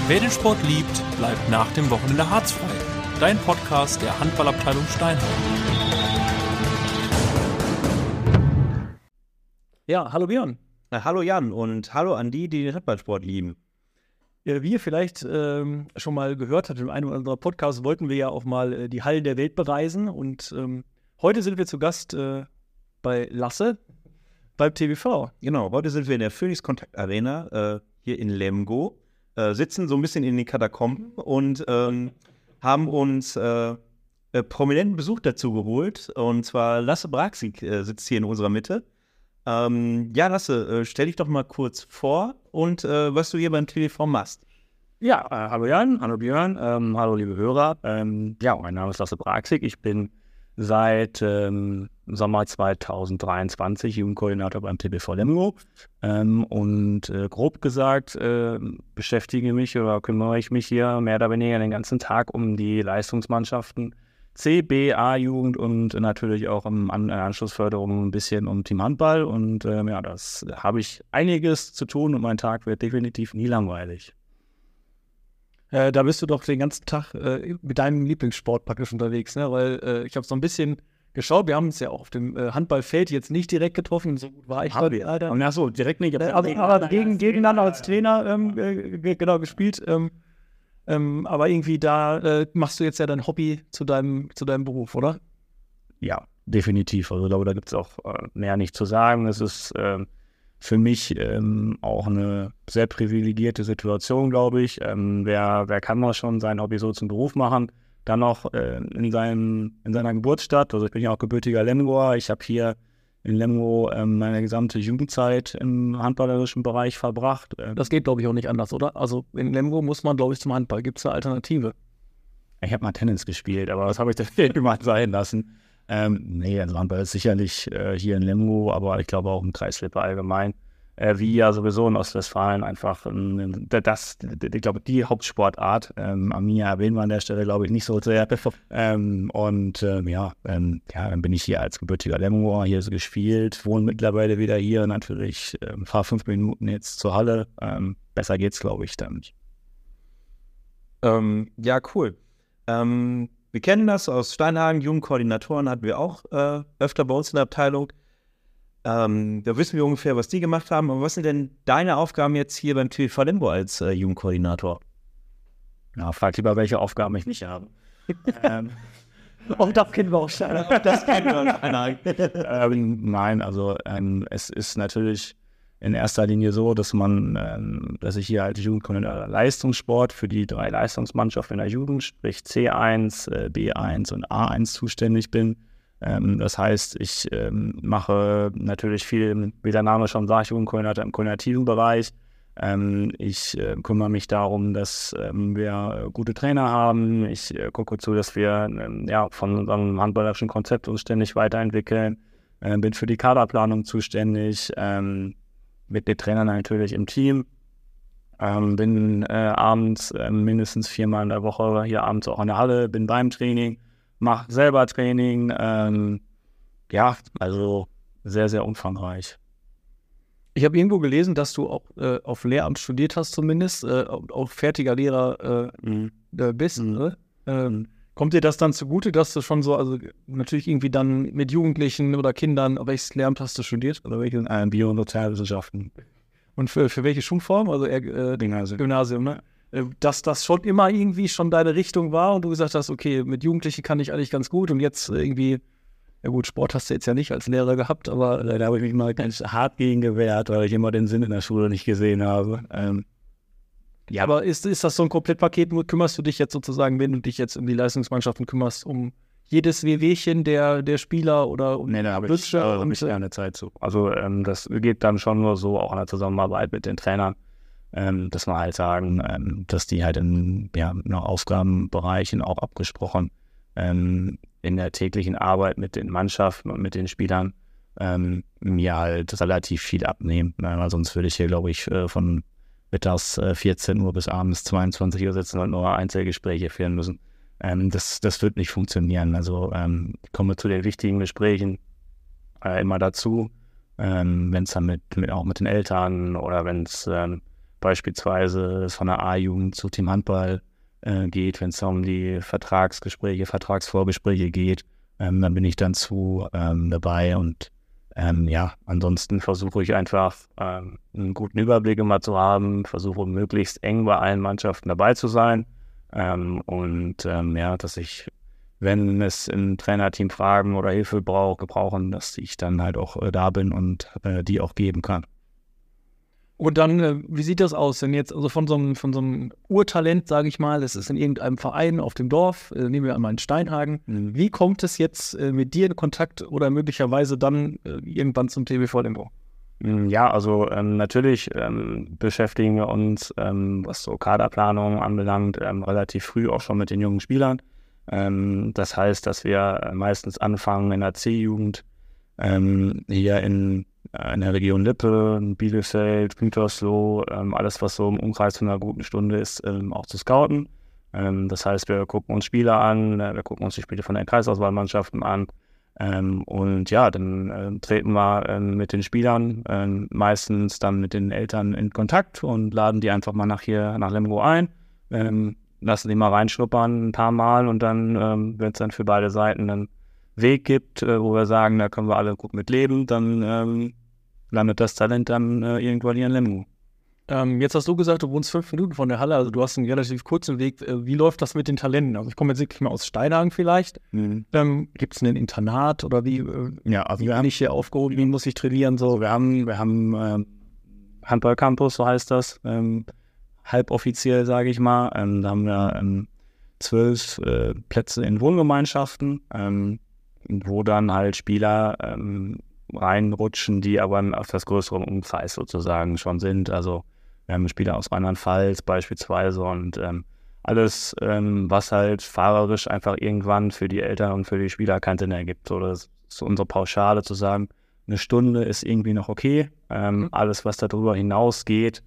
Wer den Sport liebt, bleibt nach dem Wochenende harzfrei. Dein Podcast der Handballabteilung Steinheim. Ja, hallo Björn. Hallo Jan und hallo an die den Handballsport lieben. Wie ihr vielleicht schon mal gehört habt, in einem unserer Podcasts wollten wir ja auch mal die Hallen der Welt bereisen. Und heute sind wir zu Gast bei Lasse beim TBV. Genau, heute sind wir in der Phoenix Kontakt Arena hier in Lemgo, sitzen so ein bisschen in den Katakomben und haben uns prominenten Besuch dazu geholt. Und zwar Lasse Braksik sitzt hier in unserer Mitte. Ja, Lasse, stell dich doch mal kurz vor und was du hier beim TBV machst. Ja, hallo Jan, hallo Björn, hallo liebe Hörer. Ja, mein Name ist Lasse Braksik. Ich bin seit Sommer 2023 Jugendkoordinator beim TBV Lemgo. Und grob gesagt beschäftige mich oder kümmere ich mich hier mehr oder weniger den ganzen Tag um die Leistungsmannschaften C, B, A-Jugend und natürlich auch in Anschlussförderung ein bisschen um Team Handball. Und ja, das habe ich einiges zu tun und mein Tag wird definitiv nie langweilig. Da bist du doch den ganzen Tag mit deinem Lieblingssport praktisch unterwegs, ne? Weil ich habe so ein bisschen geschaut, wir haben uns ja auch auf dem Handballfeld jetzt nicht direkt getroffen, so gut war ich heute. Ach so, direkt nicht. Aber gegeneinander als Trainer genau gespielt. Aber irgendwie da machst du jetzt ja dein Hobby zu deinem Beruf, oder? Ja, definitiv. Also ich glaube, da gibt es auch mehr nicht zu sagen. Es ist für mich auch eine sehr privilegierte Situation, glaube ich. Wer kann mal schon sein Hobby so zum Beruf machen? Dann noch in seiner Geburtsstadt. Also ich bin ja auch gebürtiger Lemgoer. Ich habe hier in Lemgo meine gesamte Jugendzeit im handballerischen Bereich verbracht. Das geht, glaube ich, auch nicht anders, oder? Also in Lemgo muss man, glaube ich, zum Handball. Gibt es eine Alternative? Ich habe mal Tennis gespielt, aber das habe ich dann mal sein lassen. Nee, also Handball ist sicherlich hier in Lemgo, aber ich glaube auch im Kreis Lippe allgemein. Wie ja sowieso in Ostwestfalen einfach, ich glaube, die Hauptsportart. Arminia erwähnen wir an der Stelle, glaube ich, nicht so sehr. Dann bin ich hier als gebürtiger Lemgoer hier so gespielt, wohne mittlerweile wieder hier, natürlich fahre 5 Minuten jetzt zur Halle. Besser geht's, glaube ich, dann nicht. Ja, cool. Wir kennen das aus Steinhagen, Jugendkoordinatoren hatten wir auch öfter bei uns in der Abteilung. Da wissen wir ungefähr, was die gemacht haben. Aber was sind denn deine Aufgaben jetzt hier beim TBV Lemgo als Jugendkoordinator? Ja, frag lieber, welche Aufgaben ich nicht habe. Und das kennen wir auch schon. Das kennen wir auch schon. Nein, also es ist natürlich in erster Linie so, dass ich hier als Jugendkoordinator Leistungssport für die 3 Leistungsmannschaften in der Jugend, sprich C1, B1 und A1 zuständig bin. Das heißt, ich mache natürlich viel, wie der Name schon sagt, Jugendkoordinator im koordinativen Bereich. Ich kümmere mich darum, dass wir gute Trainer haben. Ich gucke zu, dass wir von unserem handballerischen Konzept uns ständig weiterentwickeln. Bin für die Kaderplanung zuständig. Mit den Trainern natürlich im Team. Bin abends mindestens 4-mal in der Woche hier abends auch in der Halle, bin beim Training. Mache selber Training, also sehr, sehr umfangreich. Ich habe irgendwo gelesen, dass du auch auf Lehramt studiert hast zumindest, auch fertiger Lehrer bist. Ne? Kommt dir das dann zugute, dass du schon so, also natürlich irgendwie dann mit Jugendlichen oder Kindern, welches Lehramt hast du studiert? Oder welches? Bio- und Sozialwissenschaften. Und für welche Schulform? Also eher Gymnasium, ne? Dass das schon immer irgendwie schon deine Richtung war und du gesagt hast, okay, mit Jugendlichen kann ich eigentlich ganz gut und jetzt irgendwie, ja gut, Sport hast du jetzt ja nicht als Lehrer gehabt, aber da habe ich mich mal ganz hart gegen gewehrt, weil ich immer den Sinn in der Schule nicht gesehen habe. Ja, aber ist das so ein Komplettpaket, kümmerst du dich jetzt sozusagen, wenn du dich jetzt um die Leistungsmannschaften kümmerst, um jedes Wehwehchen der Spieler oder um da habe ich keine Zeit zu. Also das geht dann schon nur so, auch in der Zusammenarbeit mit den Trainern. Dass wir halt sagen, dass die halt in Aufgabenbereichen auch abgesprochen in der täglichen Arbeit mit den Mannschaften und mit den Spielern mir halt relativ viel abnehmen. Weil sonst würde ich hier, glaube ich, von mittags 14 Uhr bis abends 22 Uhr sitzen und nur Einzelgespräche führen müssen. Das wird nicht funktionieren. Also ich komme zu den wichtigen Gesprächen immer dazu, wenn es dann auch mit den Eltern oder wenn es beispielsweise es von der A-Jugend zu Team Handball geht, wenn es um die Vertragsvorgespräche geht, dann bin ich dann dabei und ansonsten versuche ich einfach einen guten Überblick immer zu haben, versuche möglichst eng bei allen Mannschaften dabei zu sein dass ich, wenn es im Trainerteam Fragen oder Hilfe gebrauchen, dass ich dann halt auch da bin und die auch geben kann. Und dann, wie sieht das aus, wenn jetzt also von so einem Urtalent, sage ich mal, es ist in irgendeinem Verein auf dem Dorf, nehmen wir einmal in Steinhagen, wie kommt es jetzt mit dir in Kontakt oder möglicherweise dann irgendwann zum TBV Lemgo? Ja, also natürlich beschäftigen wir uns, was so Kaderplanung anbelangt, relativ früh auch schon mit den jungen Spielern. Das heißt, dass wir meistens anfangen in der C-Jugend, hier in der Region Lippe, Bielefeld, Gütersloh, alles, was so im Umkreis von einer guten Stunde ist, auch zu scouten. Das heißt, wir gucken uns Spieler an, wir gucken uns die Spiele von den Kreisauswahlmannschaften an. Dann treten wir mit den Spielern, meistens dann mit den Eltern in Kontakt und laden die einfach mal nach Lemgo ein, lassen die mal reinschnuppern ein paar Mal und dann, wenn es dann für beide Seiten einen Weg gibt, wo wir sagen, da können wir alle gut mit leben, dann landet das Talent dann irgendwann hier in Lemgo. Jetzt hast du gesagt, du wohnst 5 Minuten von der Halle, also du hast einen relativ kurzen Weg. Wie läuft das mit den Talenten? Also ich komme jetzt wirklich mal aus Steinhagen vielleicht. Gibt es ein Internat oder wie bin ich hier aufgehoben? Wie muss ich trainieren? So? Wir haben Handball-Campus, so heißt das, halboffiziell, sage ich mal. Da haben wir 12 Plätze in Wohngemeinschaften, wo dann halt Spieler reinrutschen, die aber auf das größere Umkreis sozusagen schon sind. Also wir haben Spieler aus Rheinland-Pfalz beispielsweise und alles, was halt fahrerisch einfach irgendwann für die Eltern und für die Spieler keinen Sinn ergibt. Oder so unsere Pauschale zu sagen, eine Stunde ist irgendwie noch okay. Alles, was darüber hinausgeht,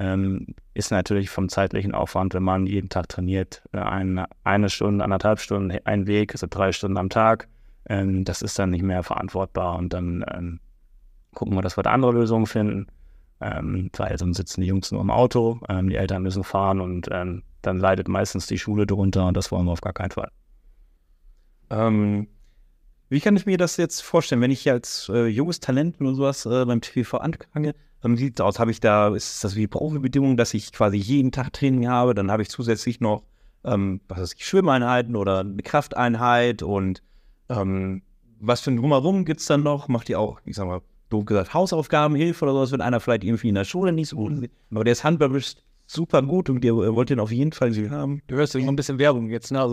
ist natürlich vom zeitlichen Aufwand, wenn man jeden Tag trainiert, eine Stunde, 1,5 Stunden ein Weg, also 3 Stunden am Tag. Das ist dann nicht mehr verantwortbar und dann gucken wir, dass wir da andere Lösungen finden. Weil sonst sitzen die Jungs nur im Auto, die Eltern müssen fahren und dann leidet meistens die Schule drunter und das wollen wir auf gar keinen Fall. Wie kann ich mir das jetzt vorstellen, wenn ich als junges Talent oder sowas beim TV anfange? Wie sieht es aus? Ist das wie Profibedingungen, dass ich quasi jeden Tag Training habe? Dann habe ich zusätzlich noch Schwimmeinheiten oder eine Krafteinheit und was für ein Drumherum gibt es dann noch? Macht ihr auch, ich sag mal, doof gesagt, Hausaufgabenhilfe oder sowas, wenn einer vielleicht irgendwie in der Schule nicht so gut ist? Aber der ist handballerisch super gut und ihr wollt den auf jeden Fall haben. Du hörst ja noch ein bisschen Werbung jetzt, ne?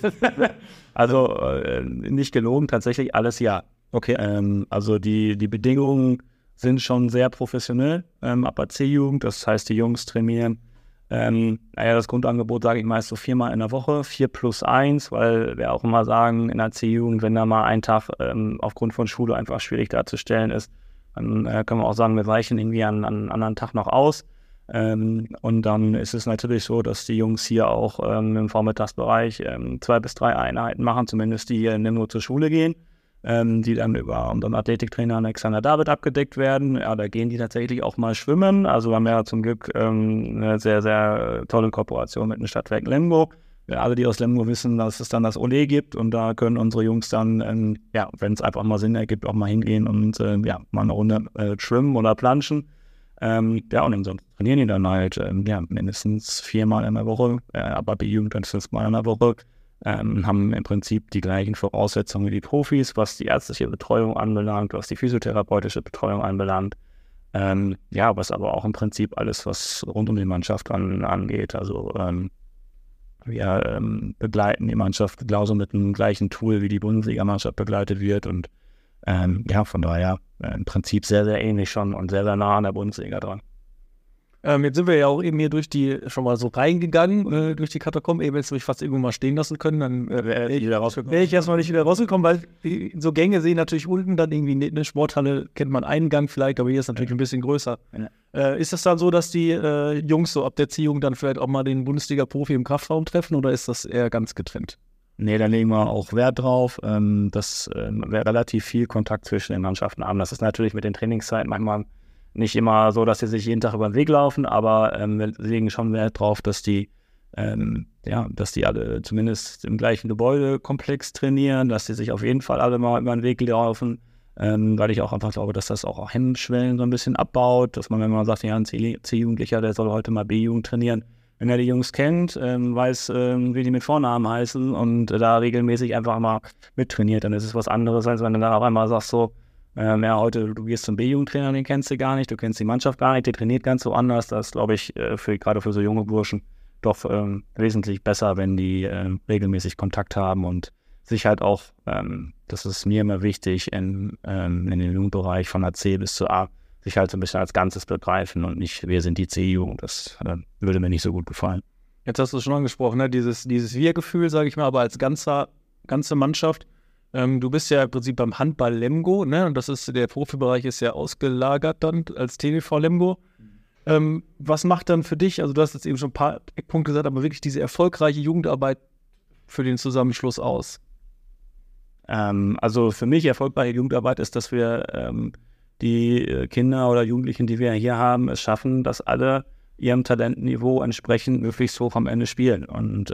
Also nicht gelogen, tatsächlich alles ja. Okay. Also die Bedingungen sind schon sehr professionell ab der C-Jugend, das heißt, die Jungs trainieren. Das Grundangebot sage ich meist so 4-mal in der Woche, 4+1, weil wir auch immer sagen, in der C-Jugend, wenn da mal ein Tag aufgrund von Schule einfach schwierig darzustellen ist, dann können wir auch sagen, wir weichen irgendwie an einem anderen Tag noch aus. Und dann ist es natürlich so, dass die Jungs hier auch im Vormittagsbereich 2 bis 3 Einheiten machen, zumindest die hier in Lemgo zur Schule gehen, die dann über unseren Athletiktrainer Alexander David abgedeckt werden. Ja, da gehen die tatsächlich auch mal schwimmen. Also wir haben ja zum Glück eine sehr, sehr tolle Kooperation mit dem Stadtwerk Lemgo. Ja, alle, die aus Lemgo wissen, dass es dann das Ole gibt und da können unsere Jungs dann, wenn es einfach mal Sinn ergibt, auch mal hingehen und mal eine Runde schwimmen oder planschen. Und ansonsten trainieren die dann halt mindestens 4-mal in der Woche, aber bei Jugend dann 5-mal in der Woche. Haben im Prinzip die gleichen Voraussetzungen wie die Profis, was die ärztliche Betreuung anbelangt, was die physiotherapeutische Betreuung anbelangt. Was aber auch im Prinzip alles, was rund um die Mannschaft angeht. Also wir begleiten die Mannschaft genauso mit dem gleichen Tool, wie die Bundesligamannschaft begleitet wird. Und von daher im Prinzip sehr, sehr ähnlich schon und sehr, sehr nah an der Bundesliga dran. Jetzt sind wir ja auch eben hier schon mal so reingegangen, durch die Katakomben. Eben jetzt habe ich fast irgendwo mal stehen lassen können. Dann wäre ich erstmal nicht wieder rausgekommen, weil so Gänge sehen natürlich unten dann irgendwie eine Sporthalle, kennt man einen Gang vielleicht, aber hier ist natürlich ein bisschen größer. Ja. Ist das dann so, dass die Jungs so ab der Ziehung dann vielleicht auch mal den Bundesliga-Profi im Kraftraum treffen oder ist das eher ganz getrennt? Nee, da legen wir auch Wert drauf, dass wir relativ viel Kontakt zwischen den Mannschaften haben. Das ist natürlich mit den Trainingszeiten manchmal nicht immer so, dass sie sich jeden Tag über den Weg laufen, aber wir legen schon Wert drauf, dass die alle zumindest im gleichen Gebäudekomplex trainieren, dass sie sich auf jeden Fall alle mal über den Weg laufen, weil ich auch einfach glaube, dass das auch Hemmschwellen so ein bisschen abbaut, dass man, wenn man sagt, ja, ein C-Jugendlicher, der soll heute mal B-Jugend trainieren, wenn er die Jungs kennt, weiß, wie die mit Vornamen heißen und da regelmäßig einfach mal mittrainiert, dann ist es was anderes, als wenn du dann auf einmal sagst so, heute, du gehst zum B-Jugendtrainer, den kennst du gar nicht, du kennst die Mannschaft gar nicht, der trainiert ganz so anders. Das glaube ich, gerade für so junge Burschen doch wesentlich besser, wenn die regelmäßig Kontakt haben und sich halt auch, das ist mir immer wichtig, in dem Jugendbereich von der C bis zur A, sich halt so ein bisschen als Ganzes begreifen und nicht, wir sind die C-Jugend. Das würde mir nicht so gut gefallen. Jetzt hast du es schon angesprochen, ne? Dieses Wir-Gefühl, sage ich mal, aber als ganze Mannschaft. Du bist ja im Prinzip beim Handball Lemgo, ne? Und das ist, der Profibereich ist ja ausgelagert dann als TV Lemgo. Was macht dann für dich, also du hast jetzt eben schon ein paar Eckpunkte gesagt, aber wirklich diese erfolgreiche Jugendarbeit für den Zusammenschluss aus? Also für mich erfolgreiche Jugendarbeit ist, dass wir die Kinder oder Jugendlichen, die wir hier haben, es schaffen, dass alle ihrem Talentniveau entsprechend möglichst hoch am Ende spielen. Und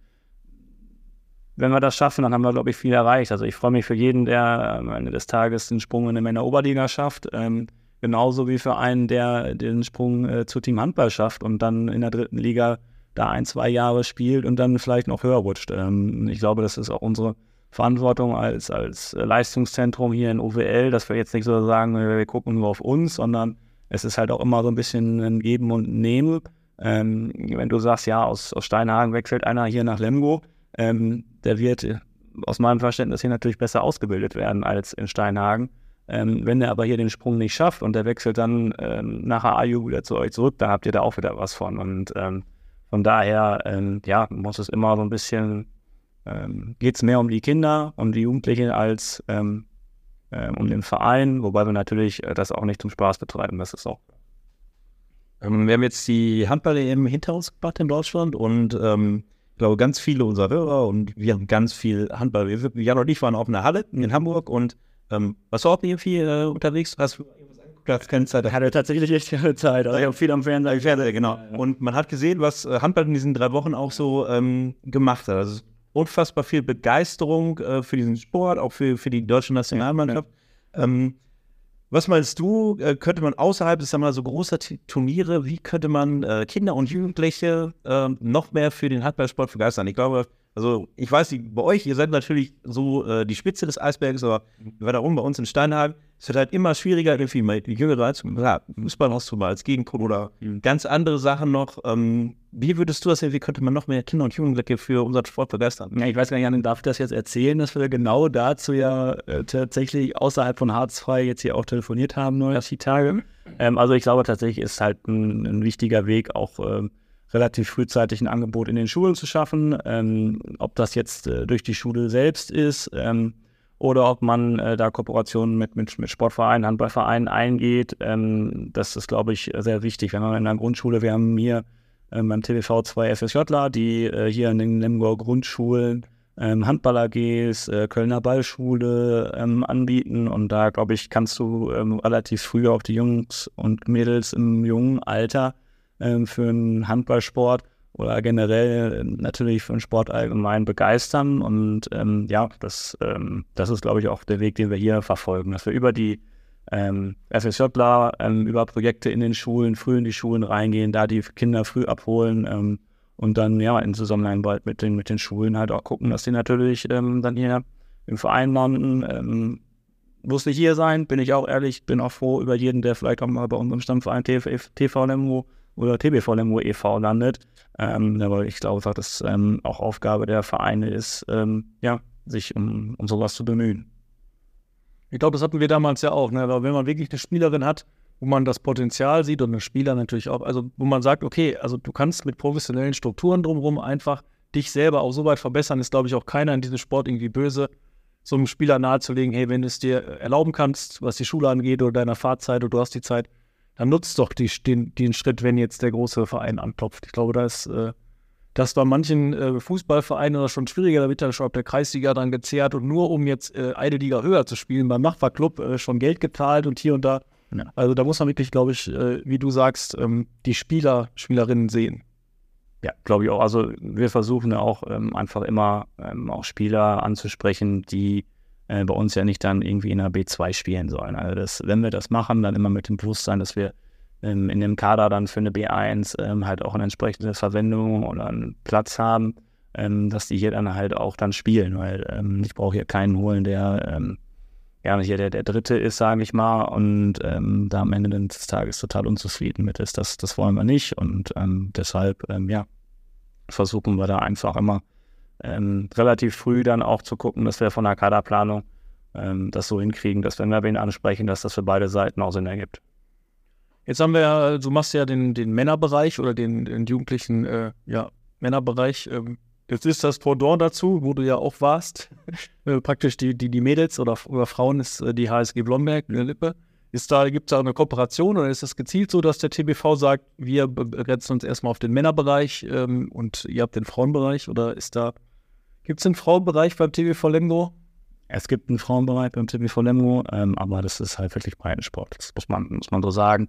wenn wir das schaffen, dann haben wir, glaube ich, viel erreicht. Also ich freue mich für jeden, der am Ende des Tages den Sprung in die Männer-Oberliga schafft, genauso wie für einen, der den Sprung zu Team Handball schafft und dann in der 3. Liga da 1-2 Jahre spielt und dann vielleicht noch höher rutscht. Ich glaube, das ist auch unsere Verantwortung als Leistungszentrum hier in OWL, dass wir jetzt nicht so sagen, wir gucken nur auf uns, sondern es ist halt auch immer so ein bisschen ein Geben und ein Nehmen. Wenn du sagst, ja, aus Steinhagen wechselt einer hier nach Lemgo, der wird aus meinem Verständnis hier natürlich besser ausgebildet werden als in Steinhagen. Wenn der aber hier den Sprung nicht schafft und der wechselt dann nach der A-Jugend wieder zu euch zurück, dann habt ihr da auch wieder was von. Und von daher, muss es immer so ein bisschen, geht es mehr um die Kinder, um die Jugendlichen als um den Verein, wobei wir natürlich das auch nicht zum Spaß betreiben, das ist auch. Wir haben jetzt die Handball-EM hinter uns gebracht in Deutschland und ich glaube, ganz viele unserer Hörer und wir haben ganz viel Handball. Jan und ich waren auf einer Halle in Hamburg und warst du auch viel unterwegs? Hast du keine Zeit? Ich hatte tatsächlich echt keine Zeit. Also ich habe viel am Fernseher. Genau. Ja. Und man hat gesehen, was Handball in diesen 3 Wochen auch so gemacht hat. Also unfassbar viel Begeisterung für diesen Sport, auch für die deutsche Nationalmannschaft. Ja. Was meinst du, könnte man außerhalb des so großer Turniere, wie könnte man Kinder und Jugendliche noch mehr für den Handballsport begeistern? Ich glaube, also ich weiß nicht, bei euch, ihr seid natürlich so die Spitze des Eisbergs, aber darum bei uns in Steinhagen, es wird halt immer schwieriger, irgendwie mal die Jüngere als Fußball hast du mal als Gegenpol oder ganz andere Sachen noch. Wie würdest du das sehen, wie könnte man noch mehr Kinder und Jugendliche für unseren Sport begeistern? Ja, ich weiß gar nicht, darf ich das jetzt erzählen, dass wir genau dazu ja tatsächlich außerhalb von Harzfrei jetzt hier auch telefoniert haben, die Tage. Also ich glaube tatsächlich ist halt ein wichtiger Weg, auch relativ frühzeitig ein Angebot in den Schulen zu schaffen, ob das jetzt durch die Schule selbst ist oder ob man da Kooperationen mit Sportvereinen, Handballvereinen eingeht. Das ist, glaube ich, sehr wichtig. Wenn man in der Grundschule, wir haben hier beim TBV 2 FSJler, die hier in den Lemgoer Grundschulen Handball-AGs, Kölner Ballschule anbieten und da, glaube ich, kannst du relativ früh auch die Jungs und Mädels im jungen Alter für einen Handballsport oder generell natürlich für den Sport allgemein begeistern und das ist, glaube ich, auch der Weg, den wir hier verfolgen, dass wir über die FSJler über Projekte in den Schulen, früh in die Schulen reingehen, da die Kinder früh abholen und dann in Zusammenarbeit mit den Schulen halt auch gucken, dass die natürlich dann hier im Verein landen. Muss nicht hier sein, bin ich auch ehrlich, bin auch froh über jeden, der vielleicht auch mal bei unserem Stammverein TV Lemgo oder TBV Lemgo e.V. landet. Aber ich glaube, dass auch Aufgabe der Vereine ist, sich um sowas zu bemühen. Ich glaube, das hatten wir damals ja auch, ne? Aber wenn man wirklich eine Spielerin hat, wo man das Potenzial sieht und einen Spieler natürlich auch, also wo man sagt, okay, also du kannst mit professionellen Strukturen drumherum einfach dich selber auch so weit verbessern, ist, glaube ich, auch keiner in diesem Sport irgendwie böse, so einem Spieler nahezulegen, hey, wenn du es dir erlauben kannst, was die Schule angeht oder deiner Fahrzeit oder du hast die Zeit, dann nutzt doch den Schritt, wenn jetzt der große Verein anklopft. Ich glaube, das bei manchen Fußballvereinen oder schon schwieriger, da wird dann schon ab der Kreisliga dann gezehrt und nur um jetzt eine Liga höher zu spielen, beim Nachbarclub schon Geld gezahlt und hier und da Ja. Also da muss man wirklich, glaube ich, wie du sagst, die Spielerinnen sehen. Ja, glaube ich auch. Also wir versuchen ja auch einfach immer auch Spieler anzusprechen, die bei uns ja nicht dann irgendwie in der B2 spielen sollen. Also wenn wir das machen, dann immer mit dem Bewusstsein, dass wir in dem Kader dann für eine B1 halt auch eine entsprechende Verwendung oder einen Platz haben, dass die hier dann halt auch dann spielen, weil ich brauche hier keinen holen, der hier der Dritte ist, sage ich mal, und da am Ende des Tages total unzufrieden mit ist. Das wollen wir nicht und deshalb, versuchen wir da einfach immer relativ früh dann auch zu gucken, dass wir von der Kaderplanung das so hinkriegen, dass wenn wir wen ansprechen, dass das für beide Seiten auch Sinn ergibt. Jetzt haben wir ja, du machst ja den Männerbereich oder den jugendlichen Männerbereich. Jetzt ist das Pendant dazu, wo du ja auch warst. Praktisch die Mädels oder Frauen ist die HSG Blomberg, Lippe. Gibt es da eine Kooperation oder ist es gezielt so, dass der TBV sagt, wir begrenzen uns erstmal auf den Männerbereich und ihr habt den Frauenbereich? Oder gibt es einen Frauenbereich beim TBV Lemgo? Es gibt einen Frauenbereich beim TBV Lemgo, aber das ist halt wirklich Breitensport. Das muss man so sagen.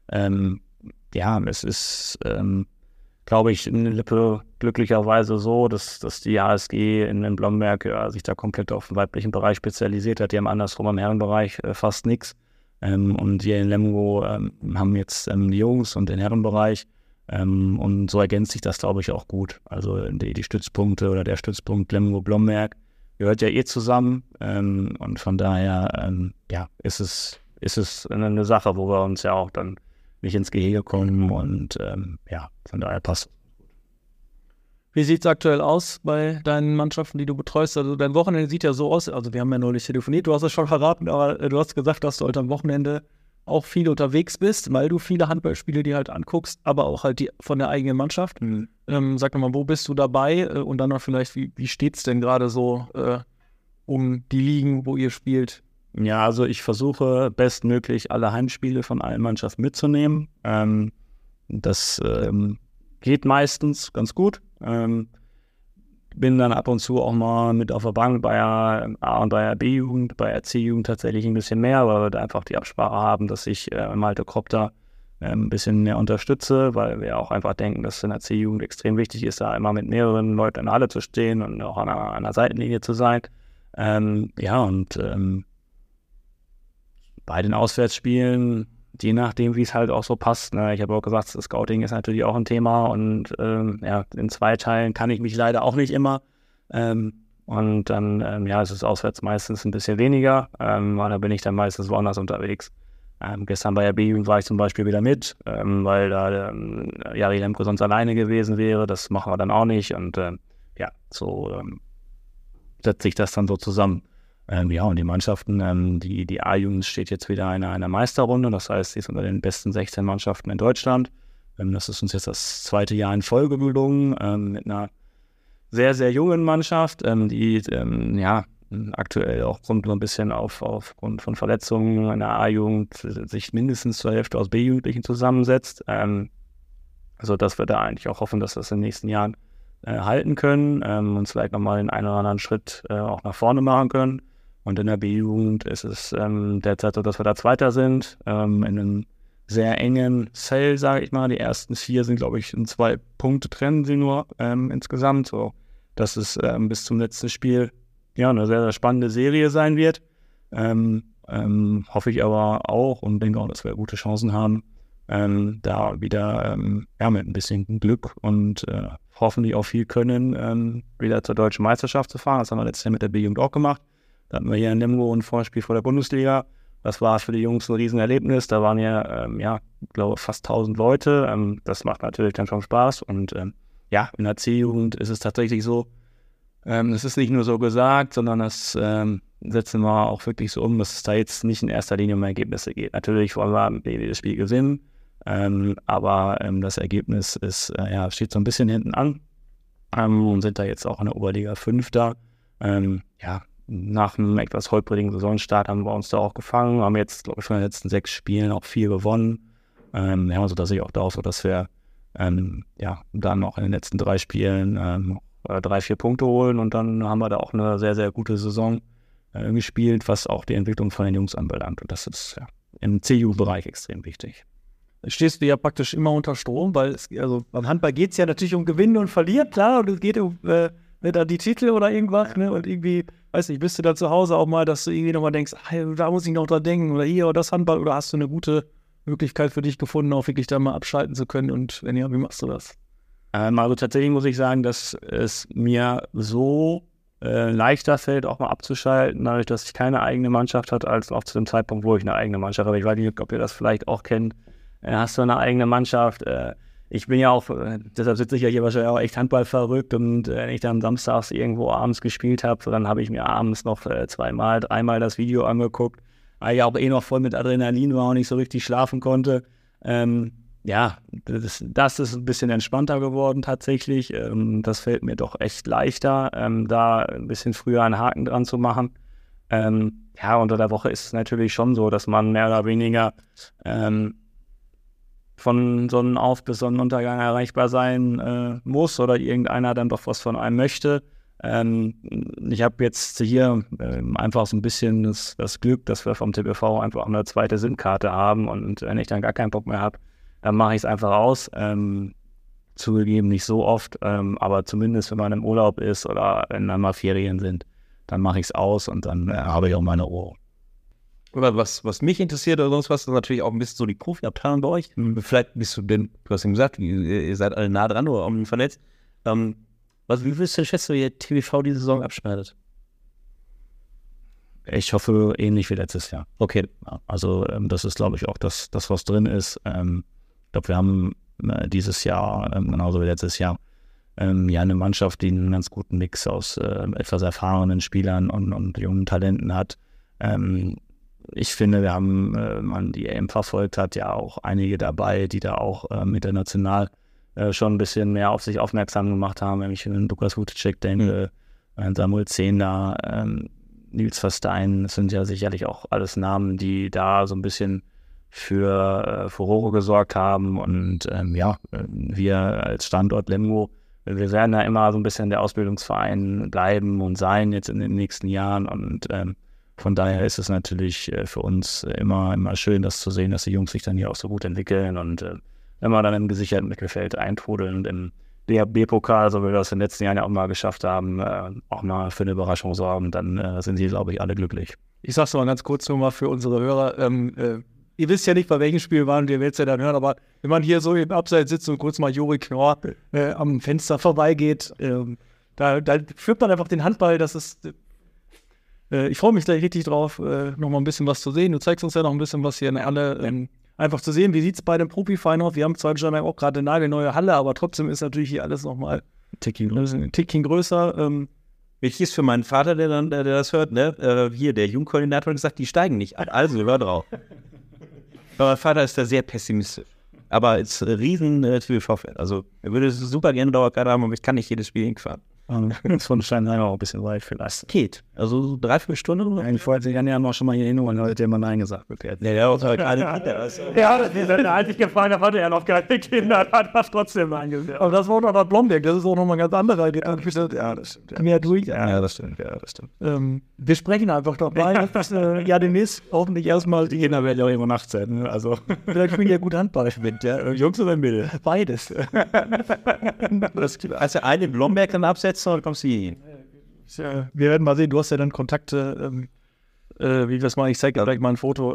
Es ist, glaube ich, in Lippe glücklicherweise so, dass die HSG in Blomberg sich da komplett auf den weiblichen Bereich spezialisiert hat. Die haben andersrum im Herrenbereich fast nichts. Und hier in Lemgo haben jetzt die Jungs und den Herrenbereich. Und so ergänzt sich das, glaube ich, auch gut. Also die Stützpunkte oder der Stützpunkt Lemgo-Blomberg gehört ja zusammen. Und von daher ist es eine Sache, wo wir uns ja auch dann nicht ins Gehege kommen. Und von daher passt es. Wie sieht es aktuell aus bei deinen Mannschaften, die du betreust? Also dein Wochenende sieht ja so aus, also wir haben ja neulich telefoniert, du hast es schon verraten, aber du hast gesagt, dass du halt am Wochenende auch viel unterwegs bist, weil du viele Handballspiele dir halt anguckst, aber auch halt die von der eigenen Mannschaft. Sag mal, wo bist du dabei? Und dann noch vielleicht, wie steht es denn gerade so um die Ligen, wo ihr spielt? Ja, also ich versuche bestmöglich alle Heimspiele von allen Mannschaften mitzunehmen. Das geht meistens ganz gut. Bin dann ab und zu auch mal mit auf der Bank bei der A- und bei der B-Jugend, bei der C-Jugend tatsächlich ein bisschen mehr, weil wir da einfach die Absprache haben, dass ich Malte Kropp da ein bisschen mehr unterstütze, weil wir auch einfach denken, dass in der C-Jugend extrem wichtig ist, da immer mit mehreren Leuten in der Halle zu stehen und auch an der Seitenlinie zu sein. Bei den Auswärtsspielen, je nachdem, wie es halt auch so passt. Ne? Ich habe auch gesagt, das Scouting ist natürlich auch ein Thema und in 2 Teilen kann ich mich leider auch nicht immer. Und dann es ist auswärts meistens ein bisschen weniger, weil da bin ich dann meistens woanders unterwegs. Gestern bei der B-Jugend war ich zum Beispiel wieder mit, weil da Jari Lemko sonst alleine gewesen wäre. Das machen wir dann auch nicht und so setzt sich das dann so zusammen. Und die Mannschaften, die A-Jugend steht jetzt wieder in einer Meisterrunde, das heißt, sie ist unter den besten 16 Mannschaften in Deutschland. Das ist uns jetzt das 2. Jahr in Folge gelungen, mit einer sehr, sehr jungen Mannschaft, die aktuell auch so ein bisschen aufgrund von Verletzungen in der A-Jugend sich mindestens zur Hälfte aus B-Jugendlichen zusammensetzt. Sodass wir da eigentlich auch hoffen, dass wir das in den nächsten Jahren halten können, uns vielleicht nochmal den einen oder anderen Schritt auch nach vorne machen können. Und in der B-Jugend ist es derzeit so, dass wir da Zweiter sind, in einem sehr engen Feld, sage ich mal. Die ersten 4 sind, glaube ich, in 2 Punkte trennen sie nur insgesamt. So, dass es bis zum letzten Spiel eine sehr, sehr spannende Serie sein wird. Hoffe ich aber auch und denke auch, dass wir gute Chancen haben, da wieder mit ein bisschen Glück und hoffentlich auch viel Können, wieder zur Deutschen Meisterschaft zu fahren. Das haben wir letztes Jahr mit der B-Jugend auch gemacht. Da hatten wir hier in Lemgo ein Vorspiel vor der Bundesliga. Das war für die Jungs ein Riesenerlebnis. Da waren ich glaube, fast 1000 Leute. Das macht natürlich dann schon Spaß. Und in der C-Jugend ist es tatsächlich so, es ist nicht nur so gesagt, sondern das setzen wir auch wirklich so um, dass es da jetzt nicht in erster Linie um Ergebnisse geht. Natürlich wollen wir jedes Spiel gewinnen, aber das Ergebnis steht so ein bisschen hinten an und sind da jetzt auch in der Oberliga 5. Nach einem etwas holprigen Saisonstart haben wir uns da auch gefangen, haben jetzt, glaube ich, von den letzten 6 Spielen auch 4 gewonnen, sodass ich auch da hoffe, dass wir dann noch in den letzten 3 Spielen 3-4 Punkte holen und dann haben wir da auch eine sehr, sehr gute Saison gespielt, was auch die Entwicklung von den Jungs anbelangt. Und das ist im C-Jugendbereich extrem wichtig. Stehst du ja praktisch immer unter Strom, weil also beim Handball geht es ja natürlich um Gewinnen und Verlieren, klar, und es geht um da die Titel oder irgendwas, ne? Und irgendwie, weiß nicht, bist du da zu Hause auch mal, dass du irgendwie nochmal denkst, da muss ich noch dran denken oder hier oder das Handball, oder hast du eine gute Möglichkeit für dich gefunden, auch wirklich da mal abschalten zu können, und wenn ja, wie machst du das? Also tatsächlich muss ich sagen, dass es mir so leichter fällt, auch mal abzuschalten, dadurch, dass ich keine eigene Mannschaft hatte, als auch zu dem Zeitpunkt, wo ich eine eigene Mannschaft habe. Ich weiß nicht, ob ihr das vielleicht auch kennt. Hast du eine eigene Mannschaft? Ich bin ja auch, deshalb sitze ich ja hier wahrscheinlich auch echt Handball verrückt, und wenn ich dann samstags irgendwo abends gespielt habe, dann habe ich mir abends noch dreimal das Video angeguckt, weil ich auch noch voll mit Adrenalin war und nicht so richtig schlafen konnte. Das ist ein bisschen entspannter geworden tatsächlich. Das fällt mir doch echt leichter, da ein bisschen früher einen Haken dran zu machen. Unter der Woche ist es natürlich schon so, dass man mehr oder weniger von Sonnenauf- bis Sonnenuntergang erreichbar sein muss oder irgendeiner dann doch was von einem möchte. Ich habe jetzt hier einfach so ein bisschen das Glück, dass wir vom TBV einfach eine zweite SIM-Karte haben, und wenn ich dann gar keinen Bock mehr habe, dann mache ich es einfach aus. Zugegeben nicht so oft, aber zumindest wenn man im Urlaub ist oder wenn dann mal Ferien sind, dann mache ich es aus, und dann habe ich auch meine Ruhe. Oder was mich interessiert oder sonst was, ist natürlich auch ein bisschen so die Profi-Abteilung bei euch. Vielleicht bist du denn, du hast ja gesagt, ihr seid alle nah dran oder auch vernetzt. Wie willst du denn schätzen, wie ihr TBV diese Saison abschneidet? Ich hoffe, ähnlich wie letztes Jahr. Okay. Also das ist, glaube ich, auch das, was drin ist. Ich glaube, wir haben dieses Jahr, genauso wie letztes Jahr, eine Mannschaft, die einen ganz guten Mix aus etwas erfahrenen Spielern und jungen Talenten hat. Ich finde, wir haben, man die EM verfolgt hat, ja auch einige dabei, die da auch international schon ein bisschen mehr auf sich aufmerksam gemacht haben. Wenn ich an Lukas Vuticek denke, Samuel Zehnder, Nils Verstein, das sind ja sicherlich auch alles Namen, die da so ein bisschen für Furore gesorgt haben. Und wir als Standort Lemgo, wir werden da immer so ein bisschen der Ausbildungsverein bleiben und sein jetzt in den nächsten Jahren. Und von daher ist es natürlich für uns immer schön, das zu sehen, dass die Jungs sich dann hier auch so gut entwickeln. Und wenn wir dann im gesicherten Mittelfeld eintrudeln und im DHB-Pokal, so wie wir das in den letzten Jahren ja auch mal geschafft haben, auch mal für eine Überraschung sorgen, dann sind sie, glaube ich, alle glücklich. Ich sag's mal ganz kurz nochmal für unsere Hörer. Ihr wisst ja nicht, bei welchem Spiel wir waren, und ihr werdet es ja dann hören, aber wenn man hier so im Abseits sitzt und kurz mal Juri Knorr am Fenster vorbeigeht, da führt man einfach den Handball. Das ist, ich freue mich gleich richtig drauf, noch mal ein bisschen was zu sehen. Du zeigst uns ja noch ein bisschen was hier in alle. Einfach zu sehen, wie sieht es bei dem Profiverein aus. Wir haben zwar schon auch gerade eine nagelneue Halle, aber trotzdem ist natürlich hier alles nochmal ein Tickchen größer. Wichtig ist für meinen Vater, der das hört, ne? Hier, der Jugendkoordinator hat gesagt, die steigen nicht ab. Also, hör drauf. Aber mein Vater ist da sehr pessimistisch. Aber es ist ein riesen TBV-Fan. Also, er würde super gerne Dauerkarte haben, aber ich kann nicht jedes Spiel hinfahren. Das von Steinheim auch ein bisschen weit vielleicht. Geht. Also so 3-4 Stunden oder? Ich wollte ja auch schon mal hier hin und heute immer Nein gesagt. Ja, das war keine Kinder. Als ich gefragt habe, hatte er noch keine Kinder, hat er trotzdem Nein gesagt. Aber das war doch der Blomberg, das ist auch nochmal eine ganz andere Idee. Ja, das stimmt. Mehr durch. Ja, das stimmt. Wir sprechen einfach dabei. Demnächst hoffentlich erstmal. Die Kinder werden ja auch immer nachts sein. Ne? Also. Vielleicht spielen ja gut Handball. Jungs oder Mädel? Beides. Also eine Blomberg dann absetzen oder kommst du hier hin? Wir werden mal sehen, du hast ja dann Kontakte, wie wir es mal, ich zeige dir gleich mal ein Foto.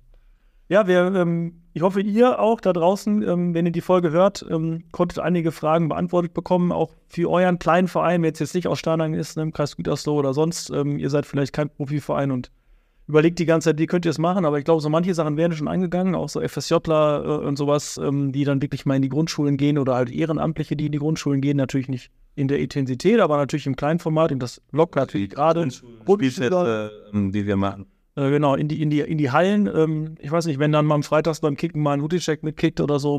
Ich hoffe, ihr auch da draußen, wenn ihr die Folge hört, konntet einige Fragen beantwortet bekommen, auch für euren kleinen Verein, wenn es jetzt nicht aus Starnberg ist, im Kreis Gütersloh oder sonst, ihr seid vielleicht kein Profiverein und überlegt die ganze Zeit, wie könnt ihr es machen, aber ich glaube, so manche Sachen werden schon angegangen, auch so FSJler und sowas, die dann wirklich mal in die Grundschulen gehen oder halt Ehrenamtliche, die in die Grundschulen gehen, natürlich nicht in der Intensität, aber natürlich im kleinen Format, und das lockt natürlich gerade Spielsätze, die wir machen. Genau, in die Hallen. Ich weiß nicht, wenn dann mal am Freitags beim Kicken mal ein Vuticek mitkickt oder so.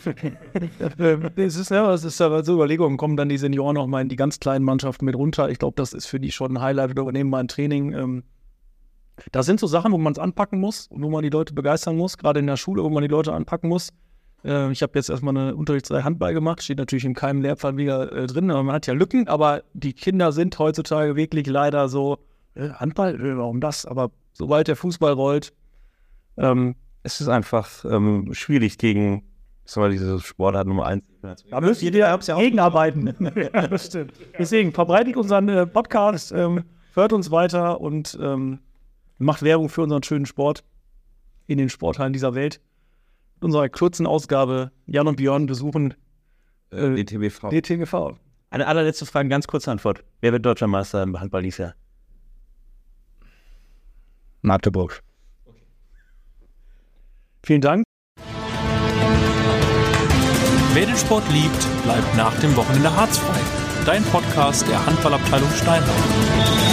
Es ist ja so Überlegungen, kommen dann die Senioren noch mal in die ganz kleinen Mannschaften mit runter. Ich glaube, das ist für die schon ein Highlight, oder nehmen mal ein Training. Das sind so Sachen, wo man es anpacken muss, wo man die Leute begeistern muss, gerade in der Schule, wo man die Leute anpacken muss. Ich habe jetzt erstmal eine Unterrichtsreihe Handball gemacht, steht natürlich in keinem Lehrplan wieder drin, aber man hat ja Lücken, aber die Kinder sind heutzutage wirklich leider so, Handball, warum das? Aber sobald der Fußball rollt, es ist einfach schwierig gegen, diese Sportart Nummer 1. Da müsst ihr ja gegenarbeiten. Ja, das stimmt. Deswegen verbreitet unseren Podcast, hört uns weiter und macht Werbung für unseren schönen Sport in den Sporthallen dieser Welt. In unserer kurzen Ausgabe Jan und Björn besuchen DTBV. Eine allerletzte Frage, ganz kurze Antwort. Wer wird Deutscher Meister im Handball dieses Jahr? Magdeburg. Okay. Vielen Dank. Wer den Sport liebt, bleibt nach dem Wochenende harzfrei. Dein Podcast der Handballabteilung Steinheim.